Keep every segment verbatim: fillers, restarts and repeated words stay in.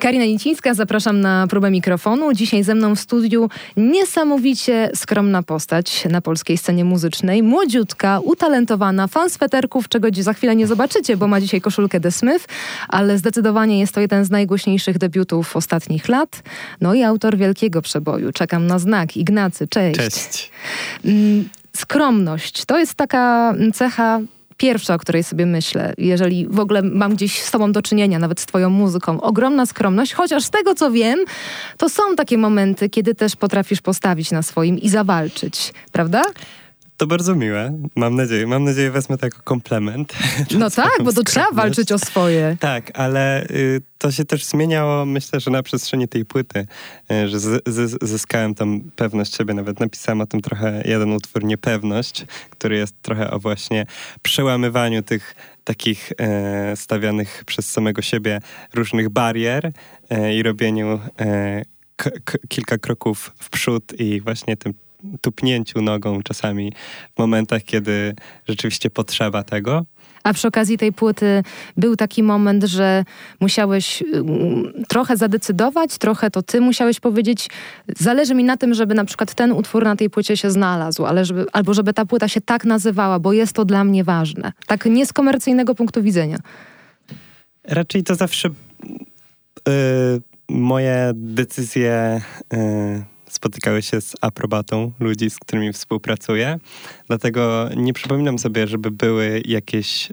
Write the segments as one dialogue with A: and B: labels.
A: Karina Nicińska, zapraszam na próbę mikrofonu. Dzisiaj ze mną w studiu niesamowicie skromna postać na polskiej scenie muzycznej. Młodziutka, utalentowana, fan sweterków, czego za chwilę nie zobaczycie, bo ma dzisiaj koszulkę The Smith, ale zdecydowanie jest to jeden z najgłośniejszych debiutów ostatnich lat. No i autor wielkiego przeboju. Czekam na znak. Ignacy, cześć.
B: Cześć.
A: Skromność. To jest taka cecha pierwsza, o której sobie myślę, jeżeli w ogóle mam gdzieś z tobą do czynienia, nawet z twoją muzyką. Ogromna skromność, chociaż z tego, co wiem, to są takie momenty, kiedy też potrafisz postawić na swoim i zawalczyć, prawda?
B: To bardzo miłe. Mam nadzieję. Mam nadzieję, wezmę to jako komplement.
A: No tak, bo to trzeba walczyć o swoje.
B: Tak, ale y, to się też zmieniało, myślę, że na przestrzeni tej płyty, y, że z, z, zyskałem tam pewność siebie. Nawet napisałem o tym trochę jeden utwór, Niepewność, który jest trochę o właśnie przełamywaniu tych takich e, stawianych przez samego siebie różnych barier e, i robieniu e, k- k- kilka kroków w przód i właśnie tym tupnięciu nogą czasami w momentach, kiedy rzeczywiście potrzeba tego.
A: A przy okazji tej płyty był taki moment, że musiałeś um, trochę zadecydować, trochę to ty musiałeś powiedzieć, zależy mi na tym, żeby na przykład ten utwór na tej płycie się znalazł, ale żeby, albo żeby ta płyta się tak nazywała, bo jest to dla mnie ważne. Tak nie z komercyjnego punktu widzenia.
B: Raczej to zawsze yy, moje decyzje yy, spotykały się z aprobatą ludzi, z którymi współpracuję. Dlatego nie przypominam sobie, żeby były jakieś,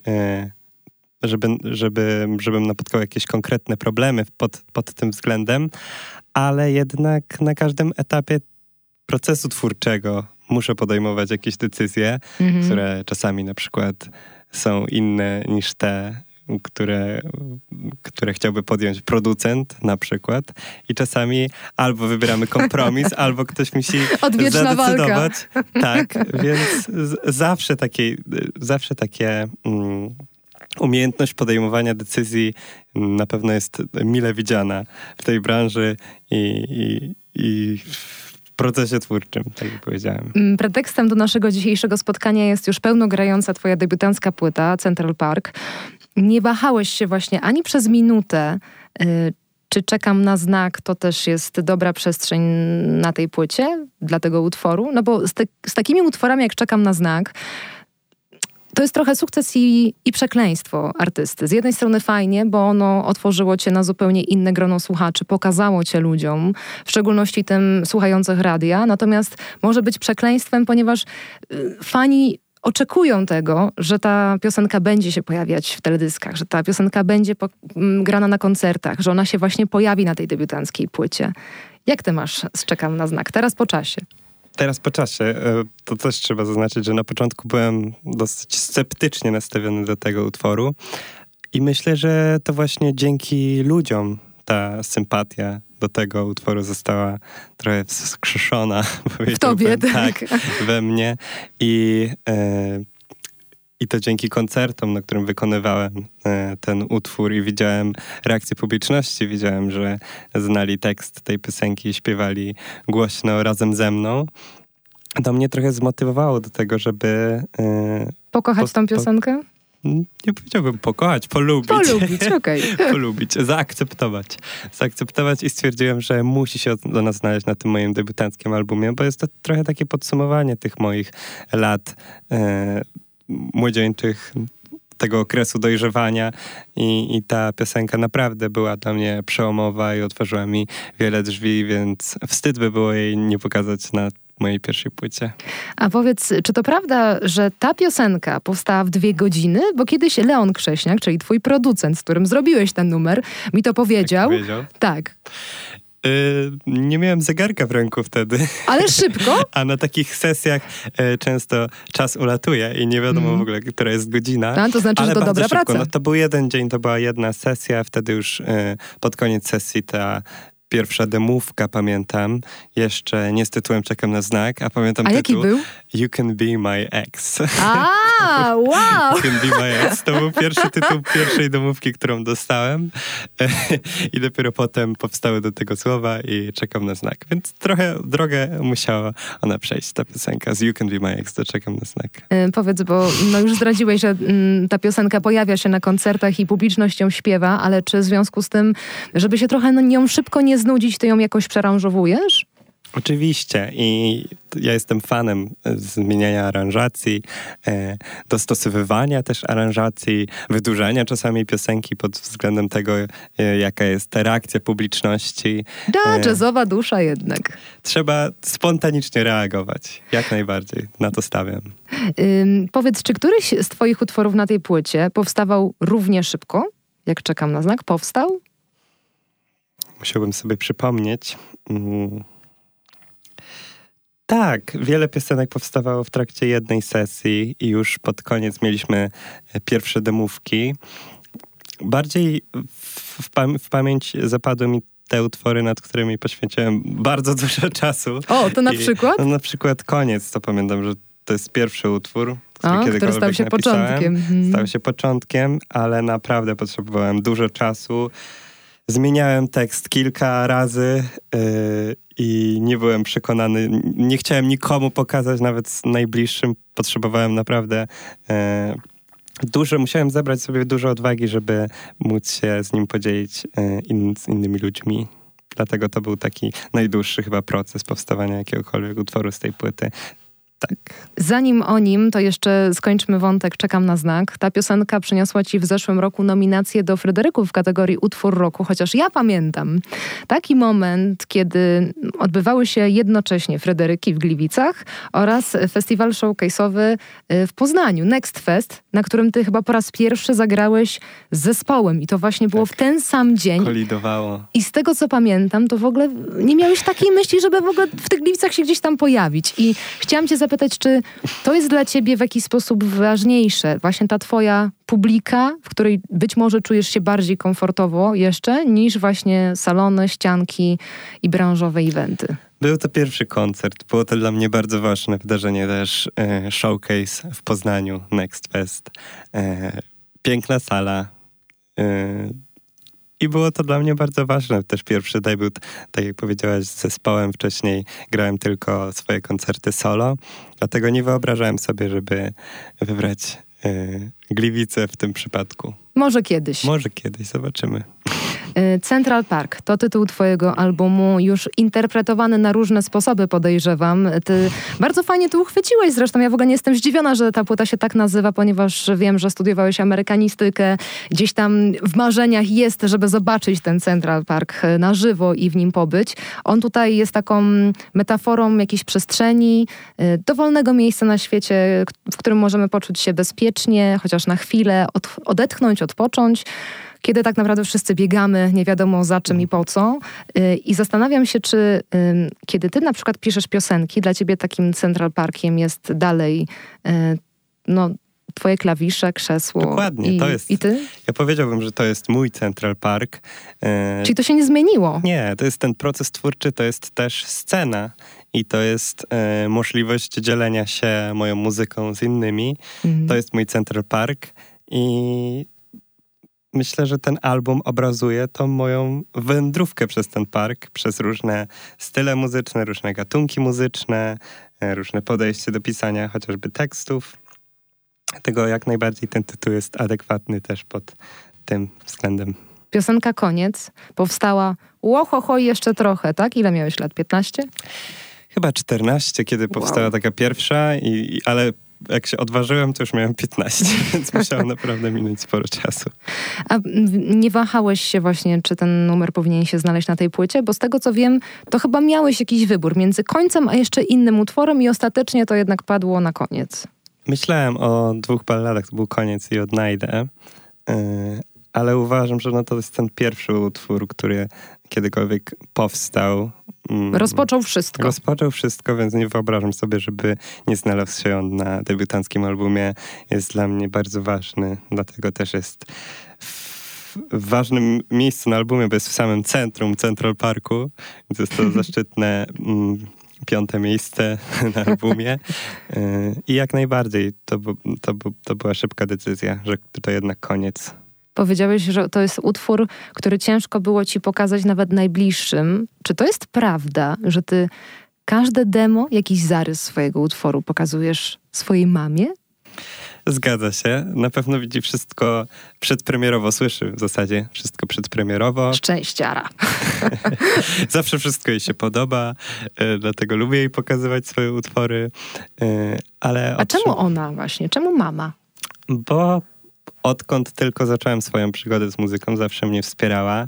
B: żeby, żeby, żebym napotkał jakieś konkretne problemy pod, pod tym względem, ale jednak na każdym etapie procesu twórczego muszę podejmować jakieś decyzje, mhm. które czasami na przykład są inne niż te, które, które chciałby podjąć producent na przykład i czasami albo wybieramy kompromis, albo ktoś musi
A: Odwieczna
B: zadecydować.
A: Walka.
B: Tak, więc z, zawsze takie, zawsze takie um, umiejętność podejmowania decyzji na pewno jest mile widziana w tej branży i, i, i w procesie twórczym, tak jak powiedziałem.
A: Pretekstem do naszego dzisiejszego spotkania jest już pełnogrająca twoja debiutancka płyta Central Park. Nie wahałeś się właśnie ani przez minutę, yy, czy czekam na znak, to też jest dobra przestrzeń na tej płycie dla tego utworu? No bo z, te, z takimi utworami jak Czekam na znak, to jest trochę sukces i, i przekleństwo artysty. Z jednej strony fajnie, bo ono otworzyło cię na zupełnie inne grono słuchaczy, pokazało cię ludziom, w szczególności tym słuchających radia, natomiast może być przekleństwem, ponieważ yy, fani oczekują tego, że ta piosenka będzie się pojawiać w teledyskach, że ta piosenka będzie po, m, grana na koncertach, że ona się właśnie pojawi na tej debiutanckiej płycie. Jak ty masz z Czekam na znak? Teraz po czasie.
B: Teraz po czasie. To też trzeba zaznaczyć, że na początku byłem dosyć sceptycznie nastawiony do tego utworu i myślę, że to właśnie dzięki ludziom ta sympatia do tego utworu została trochę wskrzeszona.
A: W tobie,
B: tak. we mnie. I, e, I to dzięki koncertom, na którym wykonywałem e, ten utwór i widziałem reakcję publiczności, widziałem, że znali tekst tej piosenki i śpiewali głośno razem ze mną. To mnie trochę zmotywowało do tego, żeby... E,
A: Pokochać
B: po,
A: tą piosenkę?
B: Po, nie powiedziałbym pokochać, polubić.
A: Polubić, okej. Okay.
B: Polubić, zaakceptować. Zaakceptować i stwierdziłem, że musi się do nas znaleźć na tym moim debiutanckim albumie, bo jest to trochę takie podsumowanie tych moich lat e, młodzieńczych, tego okresu dojrzewania i, i ta piosenka naprawdę była dla mnie przełomowa i otworzyła mi wiele drzwi, więc wstyd by było jej nie pokazać na mojej pierwszej płycie.
A: A powiedz, czy to prawda, że ta piosenka powstała w dwie godziny? Bo kiedyś Leon Krześniak, czyli twój producent, z którym zrobiłeś ten numer, mi to powiedział.
B: Tak powiedział?
A: Tak.
B: Yy, nie miałem zegarka w ręku wtedy.
A: Ale szybko?
B: A na takich sesjach yy, często czas ulatuje i nie wiadomo mm. w ogóle, która jest godzina.
A: A, to znaczy,
B: ale
A: że to dobra
B: szybko.
A: praca.
B: No, to był jeden dzień, to była jedna sesja, wtedy już yy, pod koniec sesji ta pierwsza demówka, pamiętam, jeszcze nie z tytułem Czekam na znak, a pamiętam
A: a
B: tytuł
A: jaki był?
B: You Can Be My Ex.
A: A, wow!
B: You Can Be My Ex. To był pierwszy tytuł pierwszej demówki, którą dostałem i dopiero potem powstały do tego słowa i Czekam na znak. Więc trochę drogę musiała ona przejść, ta piosenka z You Can Be My Ex do Czekam na znak.
A: Yy, powiedz, bo no już zdradziłeś, że mm, ta piosenka pojawia się na koncertach i publiczność ją śpiewa, ale czy w związku z tym, żeby się trochę no, nią szybko nie znudzić, ty ją jakoś przearanżowujesz?
B: Oczywiście i ja jestem fanem zmieniania aranżacji, e, dostosowywania też aranżacji, wydłużania czasami piosenki pod względem tego, e, jaka jest reakcja publiczności.
A: Da,
B: e,
A: jazzowa dusza jednak.
B: Trzeba spontanicznie reagować, jak najbardziej, na to stawiam.
A: Ym, powiedz, czy któryś z twoich utworów na tej płycie powstawał równie szybko, jak Czekam na znak? Powstał?
B: Musiałbym sobie przypomnieć... Mm. Tak, wiele piosenek powstawało w trakcie jednej sesji i już pod koniec mieliśmy pierwsze demówki. Bardziej w, w, pam- w pamięć zapadły mi te utwory, nad którymi poświęciłem bardzo dużo czasu.
A: O, to na
B: I,
A: przykład?
B: No, na przykład Koniec, to pamiętam, że to jest pierwszy utwór, który
A: A,
B: kiedykolwiek
A: który stał się
B: napisałem.
A: początkiem. Hmm.
B: Stał się początkiem, ale naprawdę potrzebowałem dużo czasu. Zmieniałem tekst kilka razy yy, i nie byłem przekonany, nie chciałem nikomu pokazać, nawet najbliższym. Potrzebowałem naprawdę yy, dużo, musiałem zebrać sobie dużo odwagi, żeby móc się z nim podzielić yy, in, z innymi ludźmi. Dlatego to był taki najdłuższy chyba proces powstawania jakiegokolwiek utworu z tej płyty. Tak.
A: Zanim o nim, to jeszcze skończmy wątek Czekam na znak. Ta piosenka przyniosła ci w zeszłym roku nominację do Fryderyków w kategorii Utwór Roku, chociaż ja pamiętam taki moment, kiedy odbywały się jednocześnie Fryderyki w Gliwicach oraz festiwal showcase'owy w Poznaniu, Next Fest, na którym ty chyba po raz pierwszy zagrałeś z zespołem i to właśnie było
B: tak.
A: w ten sam dzień.
B: Kolidowało.
A: I z tego, co pamiętam, to w ogóle nie miałeś takiej myśli, żeby w ogóle w tych Gliwicach się gdzieś tam pojawić. I chciałam cię zapytać, czy to jest dla ciebie w jakiś sposób ważniejsze? Właśnie ta twoja publika, w której być może czujesz się bardziej komfortowo jeszcze, niż właśnie salony, ścianki i branżowe eventy?
B: Był to pierwszy koncert. Było to dla mnie bardzo ważne wydarzenie też. E, showcase w Poznaniu, Next Fest. E, piękna sala. E, I było to dla mnie bardzo ważne. Też pierwszy debiut, tak jak powiedziałaś, z zespołem. Wcześniej grałem tylko swoje koncerty solo. Dlatego nie wyobrażałem sobie, żeby wybrać e, Gliwice w tym przypadku.
A: Może kiedyś.
B: Może kiedyś, zobaczymy.
A: Central Park to tytuł twojego albumu, już interpretowany na różne sposoby, podejrzewam. Ty bardzo fajnie tu uchwyciłeś, zresztą ja w ogóle nie jestem zdziwiona, że ta płyta się tak nazywa, ponieważ wiem, że studiowałeś amerykanistykę. Gdzieś tam w marzeniach jest, żeby zobaczyć ten Central Park na żywo i w nim pobyć. On tutaj jest taką metaforą jakiejś przestrzeni, dowolnego miejsca na świecie, w którym możemy poczuć się bezpiecznie, chociaż na chwilę, od, odetchnąć, odpocząć. Kiedy tak naprawdę wszyscy biegamy, nie wiadomo za czym i po co. I zastanawiam się, czy kiedy ty na przykład piszesz piosenki, dla ciebie takim Central Parkiem jest dalej no, twoje klawisze, krzesło.
B: Dokładnie,
A: i,
B: to jest...
A: I ty?
B: Ja powiedziałbym, że to jest mój Central Park. E,
A: Czyli to się nie zmieniło?
B: Nie, to jest ten proces twórczy, to jest też scena i to jest e, możliwość dzielenia się moją muzyką z innymi. Mhm. To jest mój Central Park i myślę, że ten album obrazuje tą moją wędrówkę przez ten park, przez różne style muzyczne, różne gatunki muzyczne, różne podejście do pisania chociażby tekstów. Dlatego jak najbardziej ten tytuł jest adekwatny też pod tym względem.
A: Piosenka Koniec powstała łohoho jeszcze trochę, tak? Ile miałeś lat? piętnaście?
B: Chyba czternaście, kiedy powstała wow. taka pierwsza, i, i, ale jak się odważyłem, to już miałem piętnaście, więc musiało naprawdę minąć sporo czasu.
A: A nie wahałeś się właśnie, czy ten numer powinien się znaleźć na tej płycie? Bo z tego, co wiem, to chyba miałeś jakiś wybór między Końcem, a jeszcze innym utworem i ostatecznie to jednak padło na Koniec.
B: Myślałem o dwóch balladach, to był Koniec i Odnajdę, yy, ale uważam, że no to jest ten pierwszy utwór, który kiedykolwiek powstał.
A: Rozpoczął wszystko.
B: Rozpoczął wszystko, więc nie wyobrażam sobie, żeby nie znalazł się on na debiutanckim albumie. Jest dla mnie bardzo ważny, dlatego też jest w, w, w ważnym miejscu na albumie, bo jest w samym centrum Central Parku, więc jest to zaszczytne mm, piąte miejsce na albumie. I jak najbardziej to, to, to była szybka decyzja, że to jednak koniec.
A: Powiedziałeś, że to jest utwór, który ciężko było ci pokazać nawet najbliższym. Czy to jest prawda, że ty każde demo, jakiś zarys swojego utworu pokazujesz swojej mamie?
B: Zgadza się. Na pewno widzi wszystko przedpremierowo, słyszy w zasadzie wszystko przedpremierowo.
A: Szczęściara.
B: Zawsze wszystko jej się podoba, y, dlatego lubię jej pokazywać swoje utwory. Y, ale
A: A czemu ona właśnie? Czemu mama?
B: Bo odkąd tylko zacząłem swoją przygodę z muzyką, zawsze mnie wspierała y,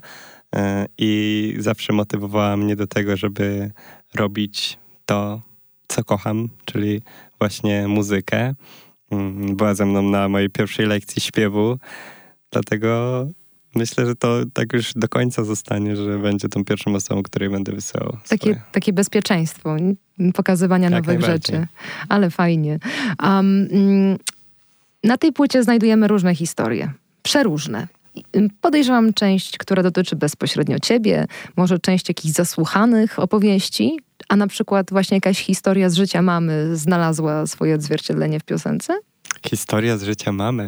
B: i zawsze motywowała mnie do tego, żeby robić to, co kocham, czyli właśnie muzykę. Była ze mną na mojej pierwszej lekcji śpiewu, dlatego myślę, że to tak już do końca zostanie, że będzie tą pierwszą osobą, której będę wysyłał.
A: Takie, takie bezpieczeństwo, pokazywania
B: Jak
A: nowych rzeczy. Ale fajnie. Um, na tej płycie znajdujemy różne historie. Przeróżne. Podejrzewam część, która dotyczy bezpośrednio ciebie, może część jakichś zasłuchanych opowieści, a na przykład właśnie jakaś historia z życia mamy znalazła swoje odzwierciedlenie w piosence?
B: Historia z życia mamy.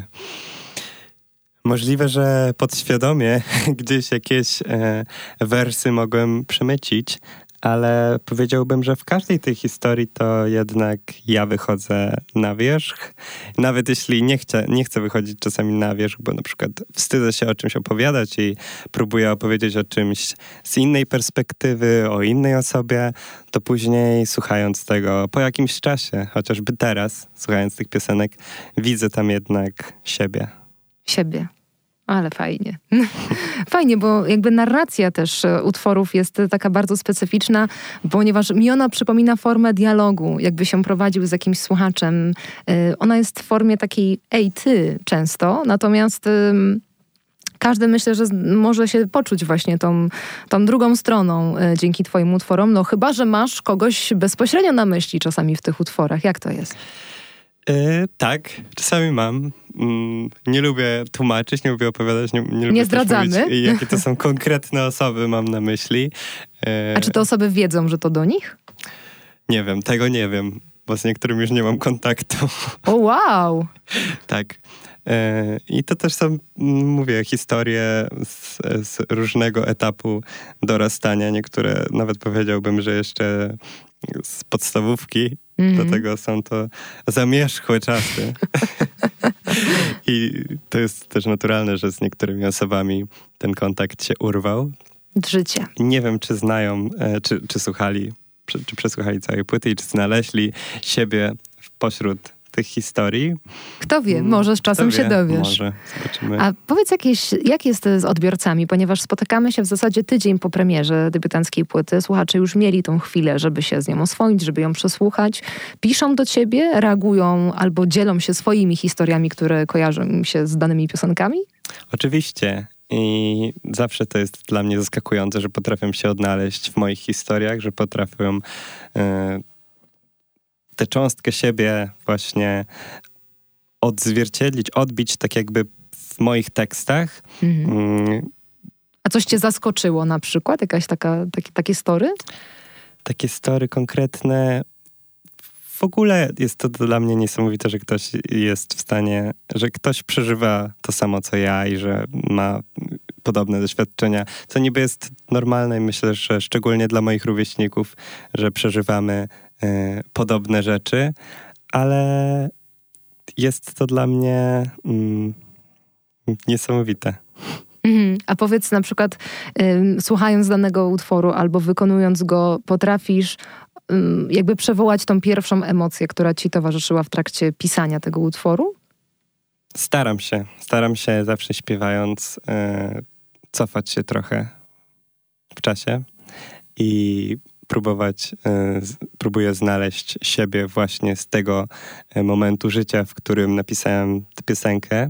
B: Możliwe, że podświadomie gdzieś jakieś e, wersy mogłem przemycić, ale powiedziałbym, że w każdej tej historii to jednak ja wychodzę na wierzch. Nawet jeśli nie chcę, nie chcę wychodzić czasami na wierzch, bo na przykład wstydzę się o czymś opowiadać i próbuję opowiedzieć o czymś z innej perspektywy, o innej osobie, to później słuchając tego po jakimś czasie, chociażby teraz, słuchając tych piosenek, widzę tam jednak siebie.
A: Siebie. Ale fajnie. Fajnie, bo jakby narracja też utworów jest taka bardzo specyficzna, ponieważ mi ona przypomina formę dialogu, jakby się prowadził z jakimś słuchaczem. Ona jest w formie takiej ej, ty często, natomiast każdy myślę, że może się poczuć właśnie tą, tą drugą stroną dzięki twoim utworom, no chyba, że masz kogoś bezpośrednio na myśli czasami w tych utworach. Jak to jest?
B: Yy, tak, czasami mam. Mm, nie lubię tłumaczyć, nie lubię opowiadać, nie, nie lubię
A: nie zdradzamy.
B: Mówić, jakie to są konkretne osoby, mam na myśli. Yy,
A: A czy te osoby wiedzą, że to do nich?
B: Nie wiem, tego nie wiem, bo z niektórym już nie mam kontaktu.
A: O wow!
B: Tak. Yy, I to też są, mówię, historie z, z różnego etapu dorastania. Niektóre nawet powiedziałbym, że jeszcze z podstawówki. Mm-hmm. Dlatego są to zamierzchłe czasy. I to jest też naturalne, że z niektórymi osobami ten kontakt się urwał.
A: Życie.
B: Nie wiem, czy znają, czy, czy słuchali, czy, czy przesłuchali całej płyty i czy znaleźli siebie pośród tych historii.
A: Kto wie, może z czasem
B: Kto
A: się
B: wie,
A: dowiesz.
B: Może, zobaczymy.
A: A powiedz, jakieś, jak jest z odbiorcami, ponieważ spotykamy się w zasadzie tydzień po premierze debiutanckiej płyty. Słuchacze już mieli tą chwilę, żeby się z nią oswoić, żeby ją przesłuchać. Piszą do ciebie, reagują albo dzielą się swoimi historiami, które kojarzą im się z danymi piosenkami?
B: Oczywiście. I zawsze to jest dla mnie zaskakujące, że potrafią się odnaleźć w moich historiach, że potrafią yy, tę cząstkę siebie właśnie odzwierciedlić, odbić tak jakby w moich tekstach. Mhm. Mm.
A: A coś cię zaskoczyło na przykład? Jakaś taka, takie, takie story?
B: Takie story konkretne. W ogóle jest to dla mnie niesamowite, że ktoś jest w stanie, że ktoś przeżywa to samo co ja i że ma podobne doświadczenia, co niby jest normalne i myślę, że szczególnie dla moich rówieśników, że przeżywamy y, podobne rzeczy, ale jest to dla mnie mm, niesamowite.
A: Mhm. A powiedz na przykład, y, słuchając danego utworu albo wykonując go, potrafisz y, jakby przewołać tą pierwszą emocję, która ci towarzyszyła w trakcie pisania tego utworu?
B: Staram się. Staram się zawsze śpiewając y, cofać się trochę w czasie i próbować, y, próbuję znaleźć siebie właśnie z tego y, momentu życia, w którym napisałem tę piosenkę,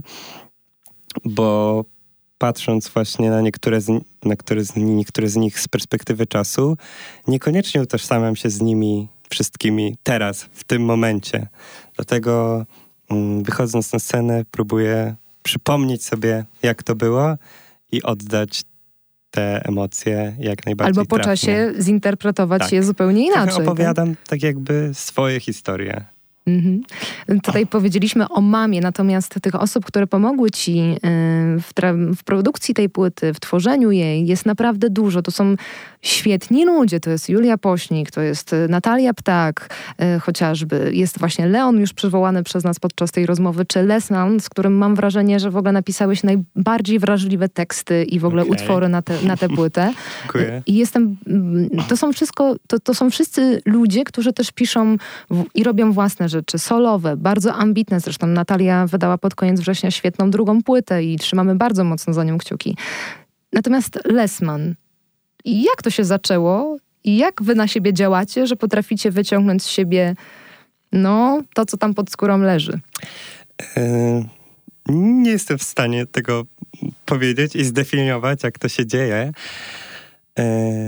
B: bo patrząc właśnie na niektóre z, na które z, niektóre z nich z perspektywy czasu, niekoniecznie utożsamiam się z nimi wszystkimi teraz, w tym momencie. Dlatego y, wychodząc na scenę próbuję przypomnieć sobie, jak to było i oddać te emocje jak najbardziej
A: Albo po
B: trafnie.
A: czasie zinterpretować
B: tak.
A: je zupełnie inaczej.
B: Trochę opowiadam tak? tak jakby swoje historie.
A: Mhm. Tutaj powiedzieliśmy o mamie, natomiast tych osób, które pomogły ci y, w, tra- w produkcji tej płyty, w tworzeniu jej, jest naprawdę dużo. To są świetni ludzie. To jest Julia Pośnik, to jest Natalia Ptak, y, chociażby. Jest właśnie Leon, już przywołany przez nas podczas tej rozmowy, czy Lesman, z którym mam wrażenie, że w ogóle napisałeś najbardziej wrażliwe teksty i w ogóle
B: okay.
A: utwory na, te, na tę płytę.
B: Dziękuję.
A: I jestem, to są wszystko, to, to są wszyscy ludzie, którzy też piszą w, i robią własne rzeczy, solowe, bardzo ambitne. Zresztą Natalia wydała pod koniec września świetną drugą płytę i trzymamy bardzo mocno za nią kciuki. Natomiast Lesman, jak to się zaczęło i jak wy na siebie działacie, że potraficie wyciągnąć z siebie no, to, co tam pod skórą leży?
B: Yy, nie jestem w stanie tego powiedzieć i zdefiniować, jak to się dzieje. Yy,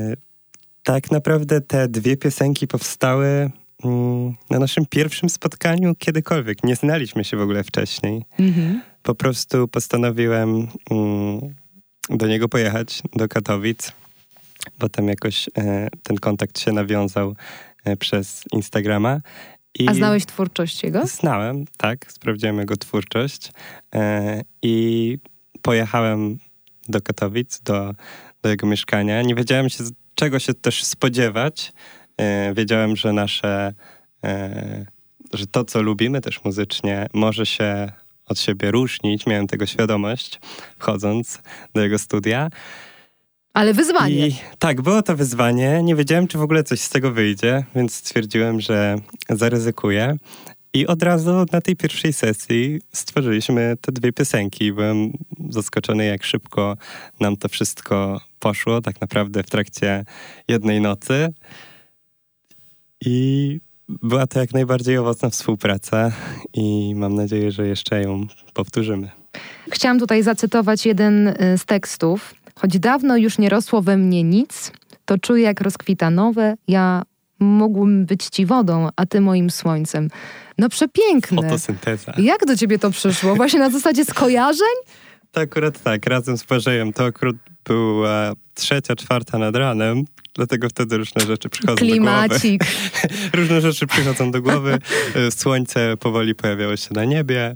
B: tak naprawdę te dwie piosenki powstały na naszym pierwszym spotkaniu kiedykolwiek. Nie znaliśmy się w ogóle wcześniej. Mhm. Po prostu postanowiłem um, do niego pojechać, do Katowic. Potem jakoś e, ten kontakt się nawiązał e, przez Instagrama. I
A: A znałeś twórczość jego?
B: Znałem, tak. Sprawdziłem jego twórczość. E, I pojechałem do Katowic, do, do jego mieszkania. Nie wiedziałem się, czego się też spodziewać. Wiedziałem, że nasze, że to, co lubimy też muzycznie, może się od siebie różnić. Miałem tego świadomość, wchodząc do jego studia.
A: Ale wyzwanie.
B: I tak, było to wyzwanie. Nie wiedziałem, czy w ogóle coś z tego wyjdzie, więc stwierdziłem, że zaryzykuję. I od razu na tej pierwszej sesji stworzyliśmy te dwie piosenki. Byłem zaskoczony, jak szybko nam to wszystko poszło, tak naprawdę w trakcie jednej nocy. I była to jak najbardziej owocna współpraca i mam nadzieję, że jeszcze ją powtórzymy.
A: Chciałam tutaj zacytować jeden z tekstów. Choć dawno już nie rosło we mnie nic, to czuję, jak rozkwita nowe. Ja mógłbym być ci wodą, a ty moim słońcem. No przepiękne.
B: Fotosynteza.
A: Jak do ciebie to przyszło? Właśnie na zasadzie skojarzeń?
B: To akurat tak, razem z Błażejem. To akurat była trzecia, czwarta nad ranem, dlatego wtedy różne rzeczy przychodzą
A: Klimacik.
B: do głowy. Różne rzeczy przychodzą do głowy. Słońce powoli pojawiało się na niebie.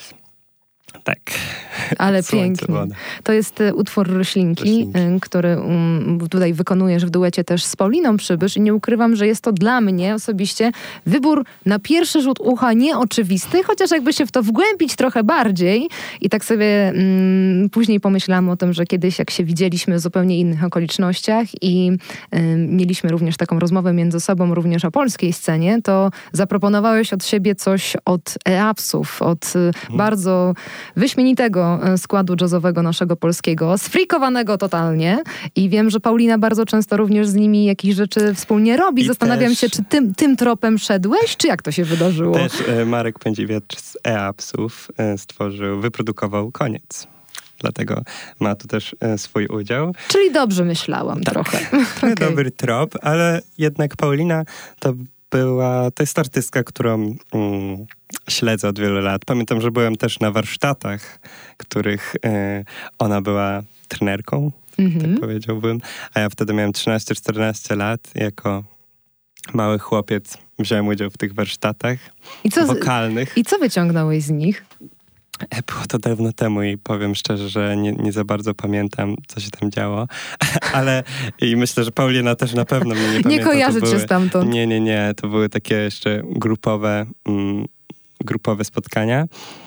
B: Tak.
A: Ale
B: Słońce,
A: pięknie.
B: woda.
A: To jest utwór Roślinki, Roślinki. który um, tutaj wykonujesz w duecie też z Pauliną Przybysz i nie ukrywam, że jest to dla mnie osobiście wybór na pierwszy rzut ucha nieoczywisty, chociaż jakby się w to wgłębić trochę bardziej i tak sobie um, później pomyślałam o tym, że kiedyś jak się widzieliśmy w zupełnie innych okolicznościach i um, mieliśmy również taką rozmowę między sobą również o polskiej scenie, to zaproponowałeś od siebie coś od Eapsów, od hmm. bardzo wyśmienitego składu jazzowego naszego polskiego, sfrikowanego totalnie i wiem, że Paulina bardzo często również z nimi jakieś rzeczy wspólnie robi.
B: I
A: Zastanawiam
B: też,
A: się, czy tym, tym tropem szedłeś, czy jak to się wydarzyło?
B: Też e, Marek Pędziwiatr z Eapsów e, stworzył, wyprodukował Koniec. Dlatego ma tu też e, swój udział.
A: Czyli dobrze myślałam
B: tak.
A: trochę.
B: Okay. Dobry trop, ale jednak Paulina to była, to jest artystka, którą mm, śledzę od wielu lat. Pamiętam, że byłem też na warsztatach, których e, ona była trenerką, mm-hmm. tak powiedziałbym. A ja wtedy miałem trzynaście czternaście lat. Jako mały chłopiec wziąłem udział w tych warsztatach
A: I co,
B: wokalnych.
A: I co wyciągnąłeś z nich?
B: Było to dawno temu i powiem szczerze, że nie, nie za bardzo pamiętam, co się tam działo, ale i myślę, że Paulina też na pewno mnie nie pamięta.
A: Nie kojarzy
B: cię
A: były, stamtąd.
B: Nie, nie, nie. To były takie jeszcze grupowe, mm, grupowe spotkania.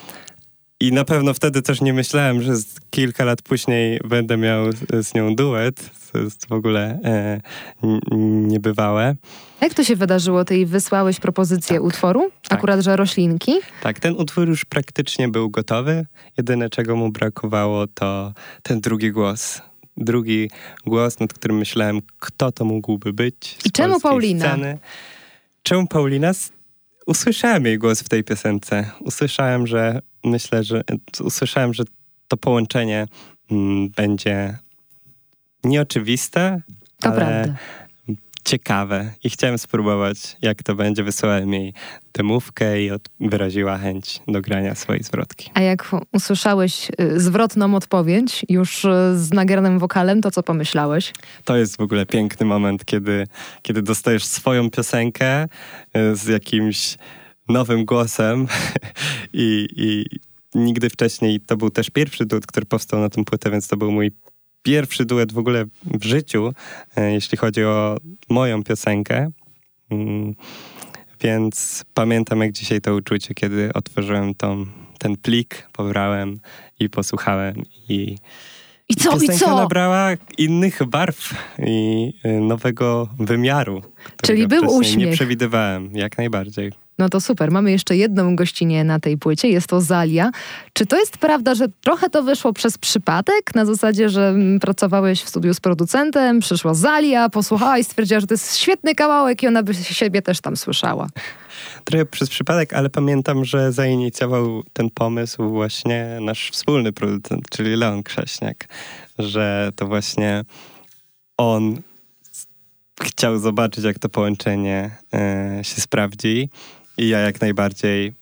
B: I na pewno wtedy też nie myślałem, że z kilka lat później będę miał z, z nią duet. To jest w ogóle e, n- niebywałe.
A: Jak to się wydarzyło? Ty jej wysłałeś propozycję tak. utworu?
B: Tak.
A: Akurat, że Roślinki?
B: Tak, ten utwór już praktycznie był gotowy. Jedyne, czego mu brakowało, to ten drugi głos. Drugi głos, nad którym myślałem, kto to mógłby być.
A: I czemu Paulina?
B: Sceny. Czemu Paulina? Usłyszałem jej głos w tej piosence. Usłyszałem, że myślę, że usłyszałem, że to połączenie mm, będzie nieoczywiste,
A: to
B: ale
A: prawda.
B: ciekawe i chciałem spróbować, jak to będzie. Wysłałem jej demówkę i od- wyraziła chęć do grania swojej zwrotki.
A: A jak usłyszałeś y, zwrotną odpowiedź już y, z nagranym wokalem, to co pomyślałeś?
B: To jest w ogóle piękny moment, kiedy, kiedy dostajesz swoją piosenkę y, z jakimś nowym głosem i, i nigdy wcześniej, to był też pierwszy duet, który powstał na tą płytę, więc to był mój pierwszy duet w ogóle w życiu, y, jeśli chodzi o moją piosenkę. Mm, Więc pamiętam jak dzisiaj to uczucie, kiedy otworzyłem tą, ten plik, pobrałem i posłuchałem. I,
A: I co, i
B: piosenka
A: co?
B: nabrała innych barw i y, nowego wymiaru.
A: Czyli
B: którego
A: był
B: wcześniej
A: uśmiech.
B: Nie przewidywałem, jak najbardziej.
A: No to super. Mamy jeszcze jedną gościnię na tej płycie. Jest to Zalia. Czy to jest prawda, że trochę to wyszło przez przypadek? Na zasadzie, że mm, pracowałeś w studiu z producentem, przyszła Zalia, posłuchała i stwierdziła, że to jest świetny kawałek i ona by siebie też tam słyszała.
B: Trochę przez przypadek, ale pamiętam, że zainicjował ten pomysł właśnie nasz wspólny producent, czyli Leon Krześniak. Że to właśnie on chciał zobaczyć, jak to połączenie e, się sprawdzi. I ja jak najbardziej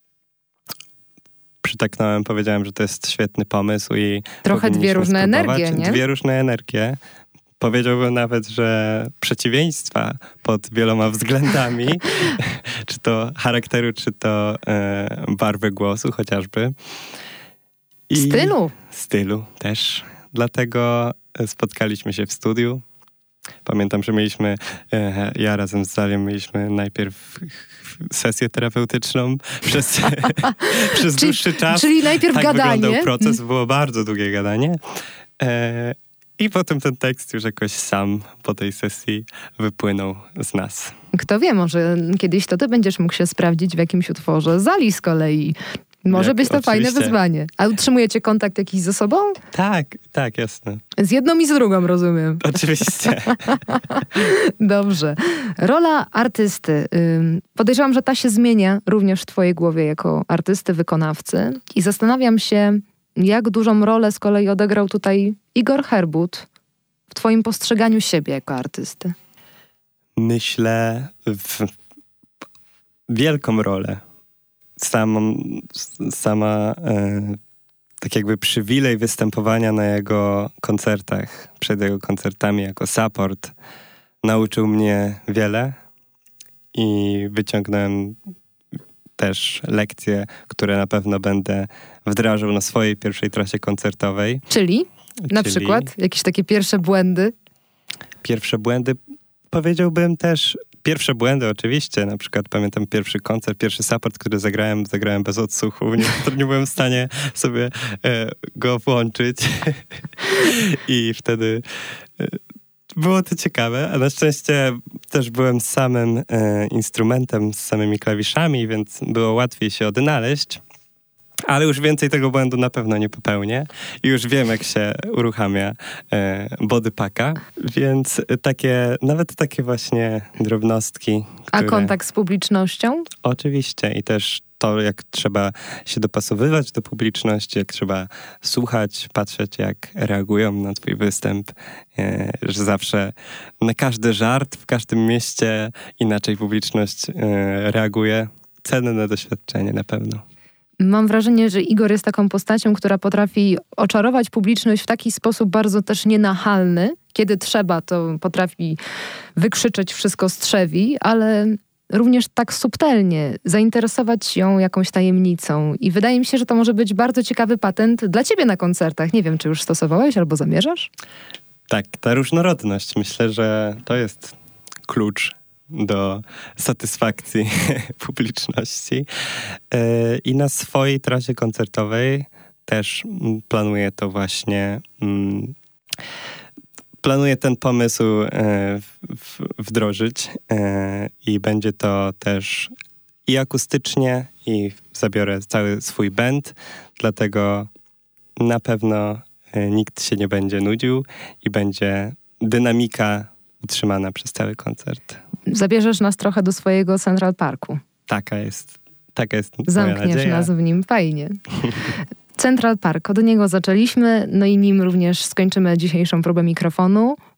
B: przytaknąłem, powiedziałem, że to jest świetny pomysł i
A: Trochę dwie różne
B: spróbować.
A: energie, nie?
B: Dwie różne energie. Powiedziałbym nawet, że przeciwieństwa pod wieloma względami, czy to charakteru, czy to e, barwy głosu chociażby. I
A: Stylu.
B: Stylu też. Dlatego spotkaliśmy się w studiu. Pamiętam, że mieliśmy, e, ja razem z Zalią mieliśmy najpierw sesję terapeutyczną przez, przez
A: Czyli-
B: dłuższy czas.
A: czyli najpierw
B: tak
A: gadanie.
B: wyglądał proces, było bardzo długie gadanie. E, I potem ten tekst już jakoś sam po tej sesji wypłynął z nas.
A: Kto wie, może kiedyś to ty będziesz mógł się sprawdzić w jakimś utworze Zali z kolei. Może
B: Jak-
A: być to fajne
B: oczywiście.
A: wyzwanie. A utrzymujecie kontakt jakiś ze sobą?
B: Tak, tak, jasne.
A: Z jedną i z drugą, rozumiem.
B: Oczywiście.
A: Dobrze. Rola artysty. Ym, Podejrzewam, że ta się zmienia również w twojej głowie jako artysty, wykonawcy. I zastanawiam się, jak dużą rolę z kolei odegrał tutaj Igor Herbut w twoim postrzeganiu siebie jako artysty.
B: Myślę w wielką rolę. Samą, sama e, tak jakby przywilej występowania na jego koncertach, przed jego koncertami jako support nauczył mnie wiele i wyciągnąłem też lekcje, które na pewno będę wdrażał na swojej pierwszej trasie koncertowej.
A: Czyli na
B: Czyli
A: przykład jakieś takie pierwsze błędy.
B: Pierwsze błędy, powiedziałbym też, pierwsze błędy oczywiście, na przykład pamiętam pierwszy koncert, pierwszy support, który zagrałem, zagrałem bez odsłuchu, nie, nie byłem w stanie sobie e, go włączyć i wtedy e, było to ciekawe, a na szczęście też byłem z samym e, instrumentem, z samymi klawiszami, więc było łatwiej się odnaleźć. Ale już więcej tego błędu na pewno nie popełnię. I już wiem, jak się uruchamia e, bodypacka. Więc takie, nawet takie właśnie drobnostki.
A: A
B: które...
A: kontakt z publicznością?
B: Oczywiście. I też to, jak trzeba się dopasowywać do publiczności, jak trzeba słuchać, patrzeć, jak reagują na twój występ. E, że zawsze na każdy żart, w każdym mieście inaczej publiczność e, reaguje. Cenne doświadczenie na pewno.
A: Mam wrażenie, że Igor jest taką postacią, która potrafi oczarować publiczność w taki sposób bardzo też nienachalny. Kiedy trzeba, to potrafi wykrzyczeć wszystko z trzewi, ale również tak subtelnie zainteresować ją jakąś tajemnicą. I wydaje mi się, że to może być bardzo ciekawy patent dla ciebie na koncertach. Nie wiem, czy już stosowałeś albo zamierzasz?
B: Tak, ta różnorodność. Myślę, że to jest klucz do satysfakcji publiczności. Yy, I na swojej trasie koncertowej też mm, planuję to właśnie... Mm, planuję ten pomysł yy, w, wdrożyć yy, i będzie to też i akustycznie, i zabiorę cały swój band, dlatego na pewno yy, nikt się nie będzie nudził i będzie dynamika utrzymana przez cały koncert.
A: Zabierzesz nas trochę do swojego Central Parku.
B: Taka jest, taka jest moja
A: Zamkniesz
B: nadzieja.
A: nas w nim. Fajnie. Central Park, od niego zaczęliśmy, no i nim również skończymy dzisiejszą próbę mikrofonu.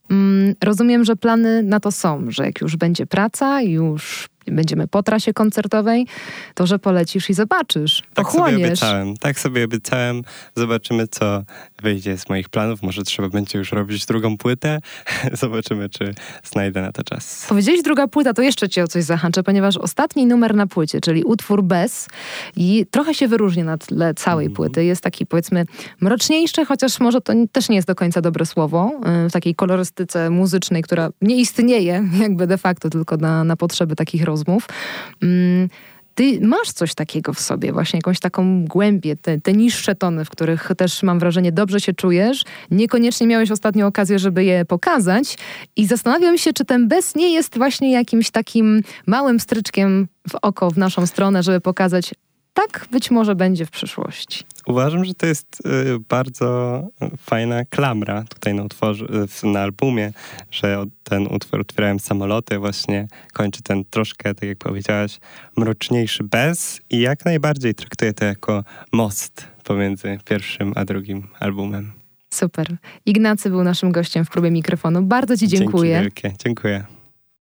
A: Mm, rozumiem, że plany na to są, że jak już będzie praca, już będziemy po trasie koncertowej, to że polecisz i zobaczysz,
B: tak
A: pochłoniesz.
B: sobie obiecałem, tak sobie obiecałem. Zobaczymy, co wyjdzie z moich planów. Może trzeba będzie już robić drugą płytę. Zobaczymy, czy znajdę na to czas.
A: Powiedziałeś druga płyta, to jeszcze cię o coś zahaczę, ponieważ ostatni numer na płycie, czyli utwór Bez, i trochę się wyróżnia na tle całej mm. płyty. Jest taki, powiedzmy, mroczniejszy, chociaż może to też nie jest do końca dobre słowo, w takiej kolorystyce muzycznej, która nie istnieje jakby de facto tylko na, na potrzeby takich rozmów. Ty masz coś takiego w sobie, właśnie jakąś taką głębię, te, te niższe tony, w których też mam wrażenie dobrze się czujesz. Niekoniecznie miałeś ostatnio okazję, żeby je pokazać i zastanawiam się, czy ten Bez nie jest właśnie jakimś takim małym stryczkiem w oko w naszą stronę, żeby pokazać, tak być może będzie w przyszłości.
B: Uważam, że to jest y, bardzo fajna klamra tutaj na, utworze, na albumie, że ten utwór Otwierałem samoloty właśnie kończy ten troszkę, tak jak powiedziałaś, mroczniejszy Bez i jak najbardziej traktuję to jako most pomiędzy pierwszym a drugim albumem.
A: Super. Ignacy był naszym gościem w Próbie Mikrofonu. Bardzo ci dziękuję.
B: Dzięki wielkie. Dziękuję.